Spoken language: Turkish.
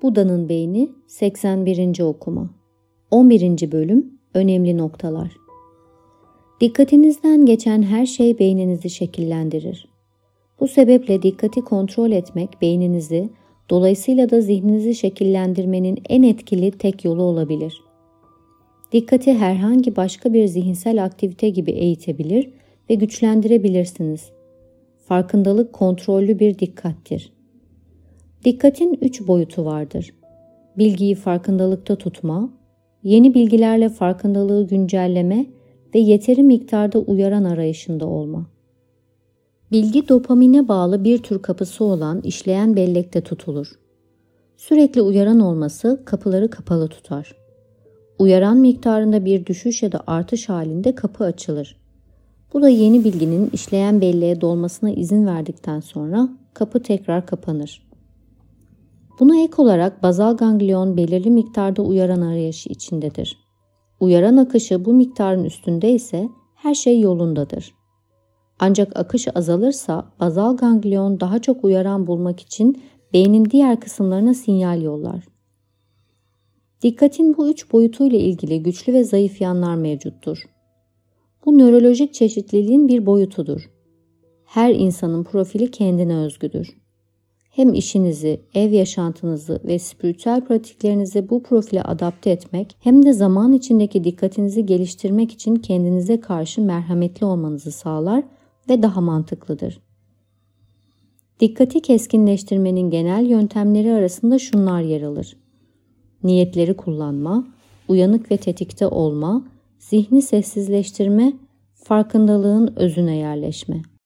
Buda'nın Beyni 81. okuma 11. bölüm Önemli noktalar. Dikkatinizden geçen her şey beyninizi şekillendirir. Bu sebeple dikkati kontrol etmek beyninizi, dolayısıyla da zihninizi şekillendirmenin en etkili tek yolu olabilir. Dikkati herhangi başka bir zihinsel aktivite gibi eğitebilir ve güçlendirebilirsiniz. Farkındalık kontrollü bir dikkattir. Dikkatin 3 boyutu vardır. Bilgiyi farkındalıkta tutma, yeni bilgilerle farkındalığı güncelleme ve yeteri miktarda uyaran arayışında olma. Bilgi dopamine bağlı bir tür kapısı olan işleyen bellekte tutulur. Sürekli uyaran olması kapıları kapalı tutar. Uyaran miktarında bir düşüş ya da artış halinde kapı açılır. Bu da yeni bilginin işleyen belleğe dolmasına izin verdikten sonra kapı tekrar kapanır. Buna ek olarak bazal ganglion belirli miktarda uyaran arayışı içindedir. Uyaran akışı bu miktarın üstünde ise her şey yolundadır. Ancak akış azalırsa bazal ganglion daha çok uyaran bulmak için beynin diğer kısımlarına sinyal yollar. Dikkatin bu 3 boyutuyla ilgili güçlü ve zayıf yanlar mevcuttur. Bu nörolojik çeşitliliğin bir boyutudur. Her insanın profili kendine özgüdür. Hem işinizi, ev yaşantınızı ve spiritüel pratiklerinizi bu profile adapte etmek hem de zaman içindeki dikkatinizi geliştirmek için kendinize karşı merhametli olmanızı sağlar ve daha mantıklıdır. Dikkati keskinleştirmenin genel yöntemleri arasında şunlar yer alır. Niyetleri kullanma, uyanık ve tetikte olma, zihni sessizleştirme, farkındalığın özüne yerleşme.